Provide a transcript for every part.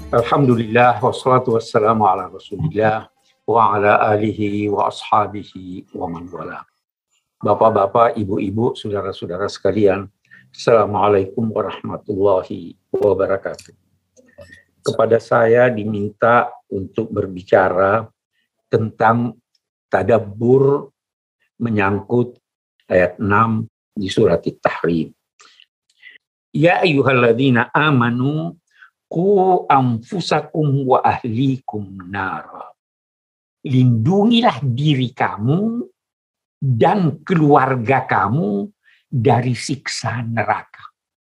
Alhamdulillah wassalatu wassalamu ala Rasulillah wa ala alihi wa ashabihi wa man wala. Bapak-bapak, ibu-ibu, saudara-saudara sekalian, Assalamualaikum warahmatullahi wabarakatuh. Kepada saya diminta untuk berbicara tentang tadabbur menyangkut ayat 6 di surat At-Tahrim. Ya ayyuhalladzina amanu qu anfusakum wa ahlikum nara. Lindungilah diri kamu dan keluarga kamu dari siksa neraka.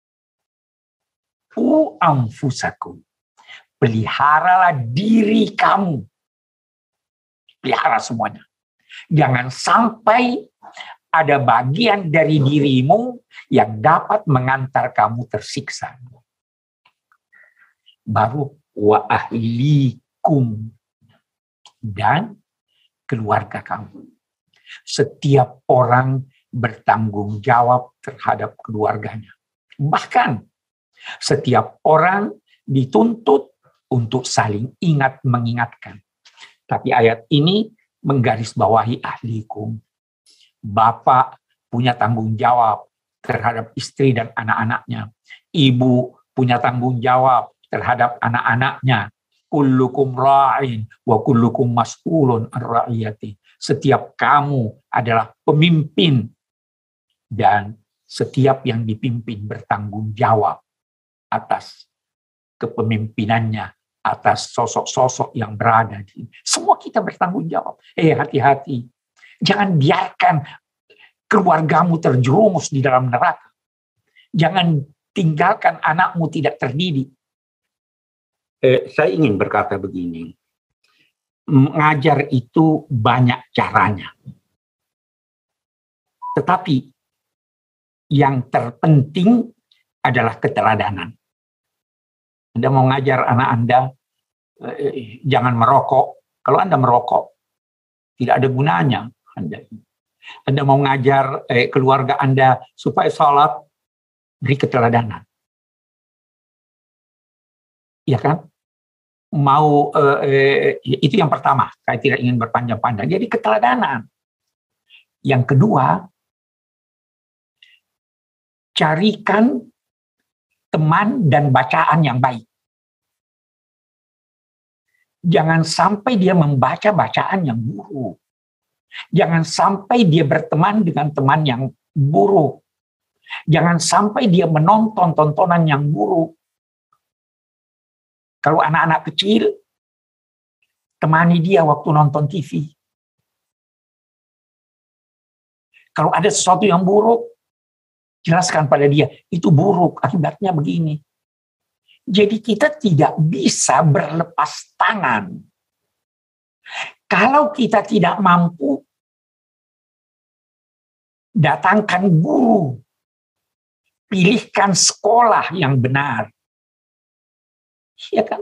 Qu anfusakum. Peliharalah diri kamu. Pelihara semuanya. Jangan sampai ada bagian dari dirimu yang dapat mengantar kamu tersiksa. Baru wa ahlikum, dan keluarga kamu. Setiap orang bertanggung jawab terhadap keluarganya. Bahkan setiap orang dituntut untuk saling ingat mengingatkan. Tapi ayat ini menggarisbawahi ahlikum. Bapak punya tanggung jawab terhadap istri dan anak-anaknya. Ibu punya tanggung jawab terhadap anak-anaknya. Kullukum ra'in wa kullukum mas'ulun an ra'iyati. Setiap kamu adalah pemimpin dan setiap yang dipimpin bertanggung jawab atas kepemimpinannya, atas sosok-sosok yang berada di sini. Semua kita bertanggung jawab. Hati-hati. Jangan biarkan keluargamu terjerumus di dalam neraka. Jangan tinggalkan anakmu tidak terdidik. Saya ingin berkata begini, mengajar itu banyak caranya. Tetapi yang terpenting adalah keteladanan. Anda mau ngajar anak Anda, jangan merokok. Kalau Anda merokok, tidak ada gunanya. Anda mau ngajar keluarga Anda supaya sholat, beri keteladanan. Ya kan? Mau itu yang pertama. Saya tidak ingin berpanjang-panjang. Jadi keteladanan. Yang kedua, carikan teman dan bacaan yang baik. Jangan sampai dia membaca bacaan yang buruk. Jangan sampai dia berteman dengan teman yang buruk. Jangan sampai dia menonton tontonan yang buruk. Kalau anak-anak kecil, temani dia waktu nonton TV. Kalau ada sesuatu yang buruk, jelaskan pada dia, itu buruk, akibatnya begini. Jadi kita tidak bisa berlepas tangan. Kalau kita tidak mampu, datangkan guru. Pilihkan sekolah yang benar. Ya kan?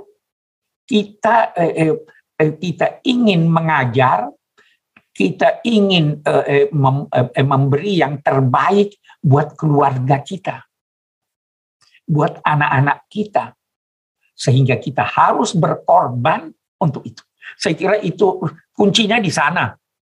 Kita ingin mengajar, kita ingin memberi yang terbaik buat keluarga kita, buat anak-anak kita, sehingga kita harus berkorban untuk itu. Saya kira itu kuncinya di sana.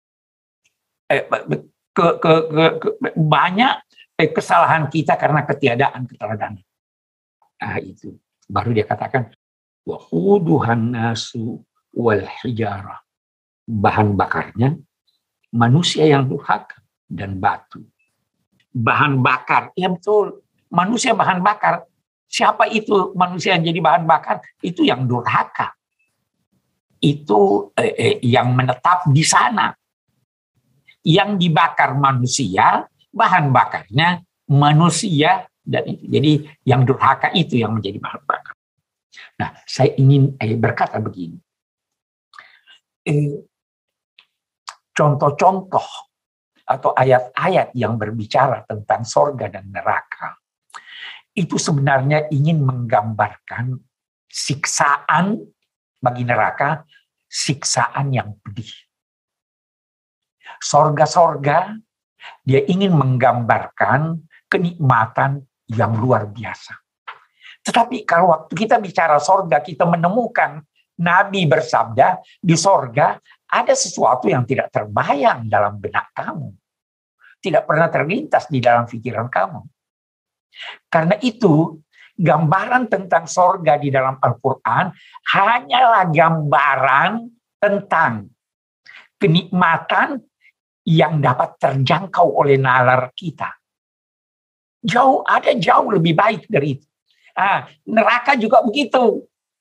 Banyak kesalahan kita karena ketiadaan keteladanan. Nah, itu baru dia katakan waquduhan nasu wal hijarah. Bahan bakarnya manusia yang durhaka dan batu. Bahan bakar, ya betul. Manusia bahan bakar. Siapa itu manusia yang jadi bahan bakar? Itu yang durhaka. Itu yang menetap di sana. Yang dibakar manusia, bahan bakarnya manusia. Dan jadi yang durhaka itu yang menjadi bahan bakar. Nah, saya ingin berkata begini. Contoh-contoh atau ayat-ayat yang berbicara tentang sorga dan neraka itu sebenarnya ingin menggambarkan siksaan bagi neraka, siksaan yang pedih. Sorga-sorga dia ingin menggambarkan kenikmatan yang luar biasa. Tetapi kalau waktu kita bicara sorga, kita menemukan Nabi bersabda, di sorga ada sesuatu yang tidak terbayang dalam benak kamu. Tidak pernah terlintas di dalam pikiran kamu. Karena itu, gambaran tentang sorga di dalam Al-Quran hanyalah gambaran tentang kenikmatan yang dapat terjangkau oleh nalar kita. Ada jauh lebih baik dari itu. Neraka juga begitu.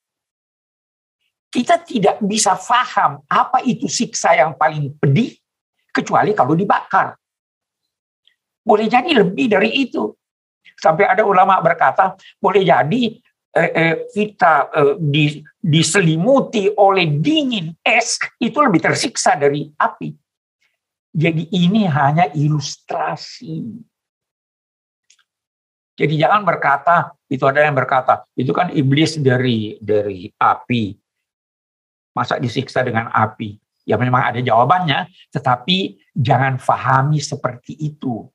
Kita tidak bisa paham apa itu siksa yang paling pedih, kecuali kalau dibakar. Boleh jadi lebih dari itu. Sampai ada ulama berkata, boleh jadi kita diselimuti oleh dingin es, itu lebih tersiksa dari api. Jadi ini hanya ilustrasi. Jadi jangan berkata, itu ada yang berkata, itu kan iblis dari api. Masa disiksa dengan api? Ya memang ada jawabannya, tetapi jangan fahami seperti itu.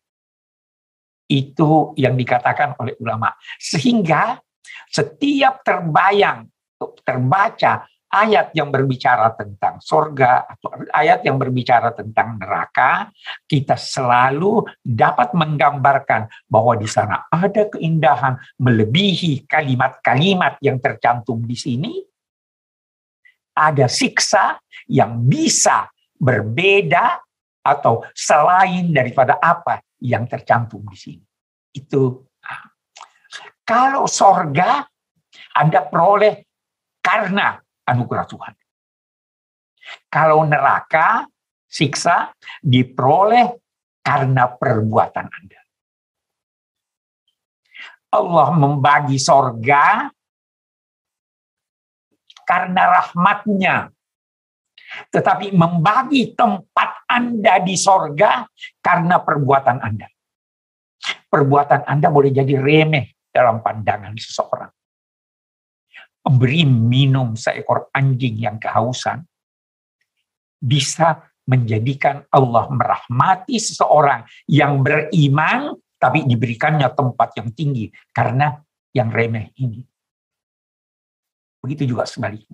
Itu yang dikatakan oleh ulama. Sehingga setiap terbaca ayat yang berbicara tentang sorga atau ayat yang berbicara tentang neraka, kita selalu dapat menggambarkan bahwa di sana ada keindahan melebihi kalimat-kalimat yang tercantum di sini. Ada siksa yang bisa berbeda atau selain daripada apa yang tercantum di sini. Itu kalau sorga Anda peroleh karena anugerah Tuhan. Kalau neraka, siksa diperoleh karena perbuatan Anda. Allah membagi sorga karena rahmatnya. Tetapi membagi tempat Anda di sorga karena perbuatan Anda. Perbuatan Anda boleh jadi remeh dalam pandangan seseorang. Memberi minum seekor anjing yang kehausan bisa menjadikan Allah merahmati seseorang yang beriman tapi diberikannya tempat yang tinggi karena yang remeh ini. Begitu juga sebaliknya.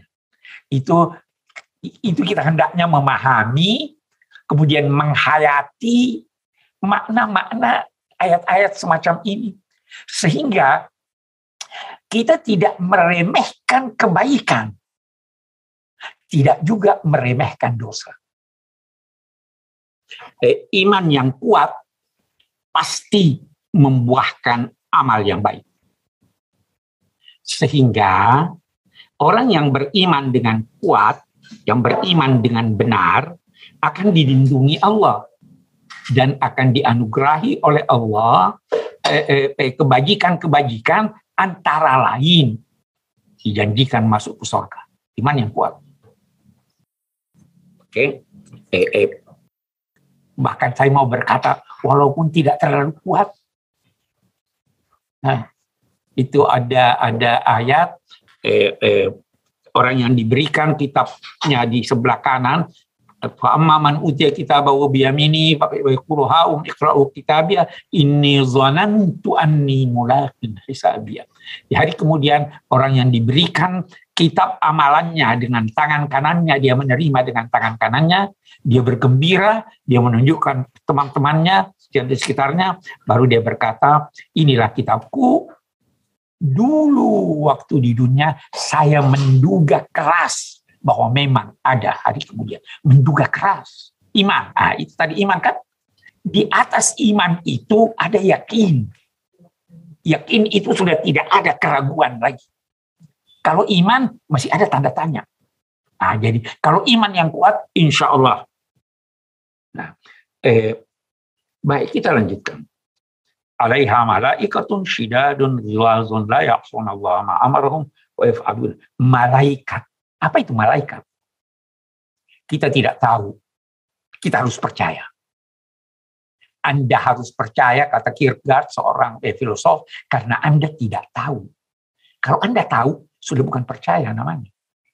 Itu kita hendaknya memahami, kemudian menghayati makna-makna ayat-ayat semacam ini. Sehingga kita tidak meremehkan kebaikan. Tidak juga meremehkan dosa. Iman yang kuat pasti membuahkan amal yang baik. Sehingga orang yang beriman dengan kuat, yang beriman dengan benar, akan dilindungi Allah. Dan akan dianugerahi oleh Allah kebajikan-kebajikan antara lain. Dijanjikan masuk ke surga. Iman yang kuat. Oke. Bahkan saya mau berkata, walaupun tidak terlalu kuat. Nah, itu ada ayat, orang yang diberikan kitabnya di sebelah kanan, fa'amman utiya kitabahu biyamini faqulu ha'um iqra'u kitabiyah inni dhanantu anni mulaqin hisabiyah. Di hari kemudian orang yang diberikan kitab amalannya dengan tangan kanannya, dia menerima dengan tangan kanannya, dia bergembira, dia menunjukkan teman-temannya di sekitarnya, baru dia berkata, inilah kitabku. Dulu waktu di dunia saya menduga keras bahwa memang ada hari kemudian. Menduga keras. Iman. Itu tadi iman kan? Di atas iman itu ada yakin. Yakin itu sudah tidak ada keraguan lagi. Kalau iman masih ada tanda tanya. Jadi kalau iman yang kuat, insya Allah. Nah, baik, kita lanjutkan. Alaiha malaikatun syidadun ghilazun la ya'suna Allah ma amarahum wa yaf'alun. Malaikat. Apa itu malaikat? Kita tidak tahu. Kita harus percaya. Anda harus percaya, kata Kierkegaard, seorang filosof, karena Anda tidak tahu. Kalau Anda tahu, sudah bukan percaya namanya.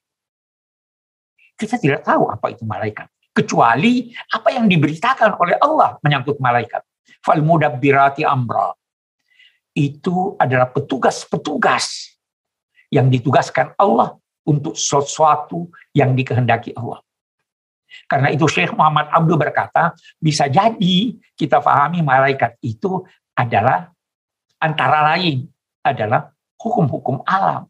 Kita tidak tahu apa itu malaikat. Kecuali apa yang diberitakan oleh Allah menyangkut malaikat. Fal mudabbirati amra. itu adalah petugas-petugas yang ditugaskan Allah untuk sesuatu yang dikehendaki Allah. Karena itu Syekh Muhammad Abdul berkata, bisa jadi kita pahami malaikat itu adalah antara lain adalah hukum-hukum alam.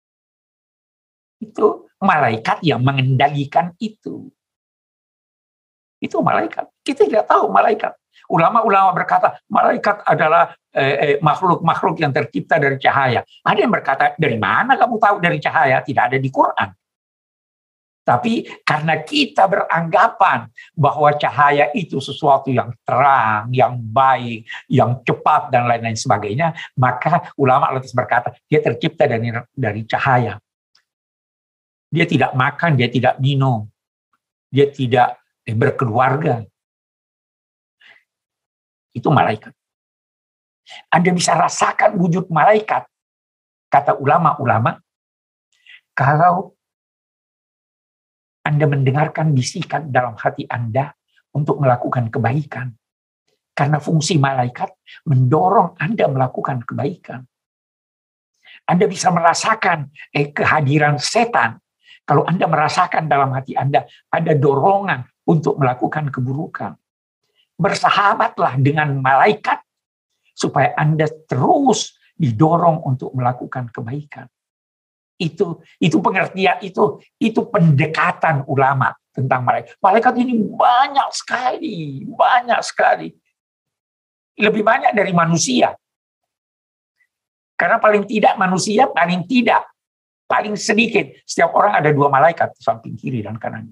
Itu malaikat yang mengendalikan itu. Itu malaikat. Kita tidak tahu malaikat. Ulama-ulama berkata, malaikat adalah makhluk-makhluk yang tercipta dari cahaya. Ada yang berkata, dari mana kamu tahu dari cahaya? Tidak ada di Quran. Tapi karena kita beranggapan bahwa cahaya itu sesuatu yang terang, yang baik, yang cepat, dan lain-lain sebagainya, maka ulama lantas berkata, dia tercipta dari cahaya. Dia tidak makan, dia tidak minum. Dia tidak berkeluarga. Itu malaikat. Anda bisa rasakan wujud malaikat, kata ulama-ulama, kalau Anda mendengarkan bisikan dalam hati Anda untuk melakukan kebaikan. Karena fungsi malaikat mendorong Anda melakukan kebaikan. Anda bisa merasakan kehadiran setan. Kalau Anda merasakan dalam hati Anda ada dorongan untuk melakukan keburukan. Bersahabatlah dengan malaikat supaya Anda terus didorong untuk melakukan kebaikan. Itu pengertian, itu pendekatan ulama tentang malaikat. Malaikat ini banyak sekali. Lebih banyak dari manusia. Karena paling sedikit. Setiap orang ada 2 malaikat, samping kiri dan kanan.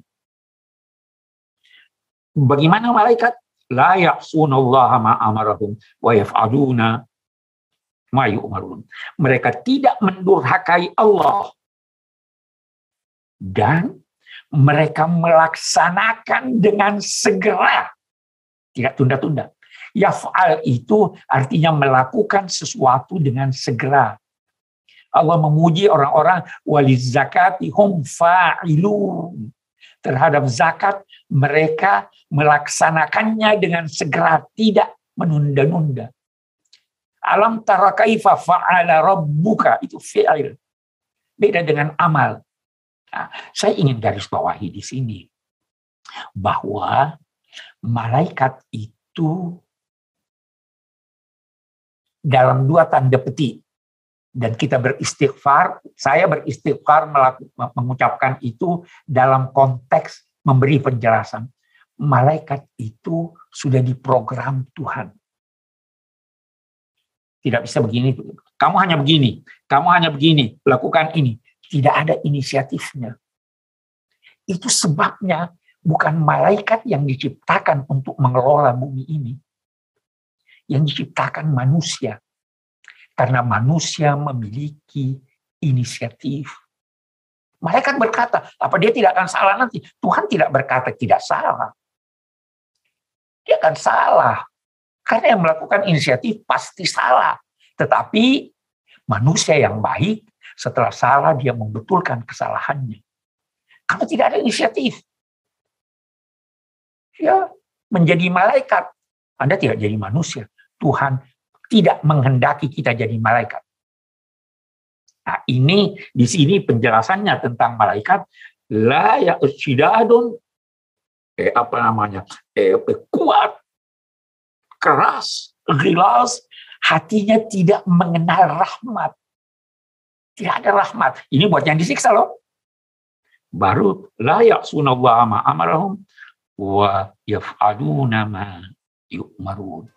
Bagaimana malaikat? La ya'sunallaha ma amarahum wa yaf'aluna ma yu'marun. Mereka tidak mendurhakai Allah dan mereka melaksanakan dengan segera, tidak tunda-tunda. Yaf'al itu artinya melakukan sesuatu dengan segera. Allah memuji orang-orang waliz zakati hum fa'ilun. Terhadap zakat mereka melaksanakannya dengan segera, tidak menunda-nunda. Alam tara kaifa fa'ala rabbuka, itu fi'il. Beda dengan amal. Nah, saya ingin garis bawahi di sini bahwa malaikat itu dalam 2 tanda petik, dan kita beristighfar, saya beristighfar mengucapkan itu dalam konteks memberi penjelasan. Malaikat itu sudah diprogram Tuhan. Tidak bisa begini, kamu hanya begini, lakukan ini. Tidak ada inisiatifnya. Itu sebabnya bukan malaikat yang diciptakan untuk mengelola bumi ini. Yang diciptakan manusia. Karena manusia memiliki inisiatif. Malaikat berkata, apa dia tidak akan salah nanti? Tuhan tidak berkata tidak salah. Dia akan salah. Karena yang melakukan inisiatif pasti salah. Tetapi manusia yang baik, setelah salah dia membetulkan kesalahannya. Karena tidak ada inisiatif. Ya, menjadi malaikat. Anda tidak jadi manusia. Tuhan tidak menghendaki kita jadi malaikat. Nah, ini di sini penjelasannya tentang malaikat. La ya'sidadun kuat, keras, gilas, hatinya tidak mengenal rahmat. Tidak ada rahmat. Ini buat yang disiksa loh. Baru la ya'sunallaha ma amarahum wa yaf'aluna ma yu'marun.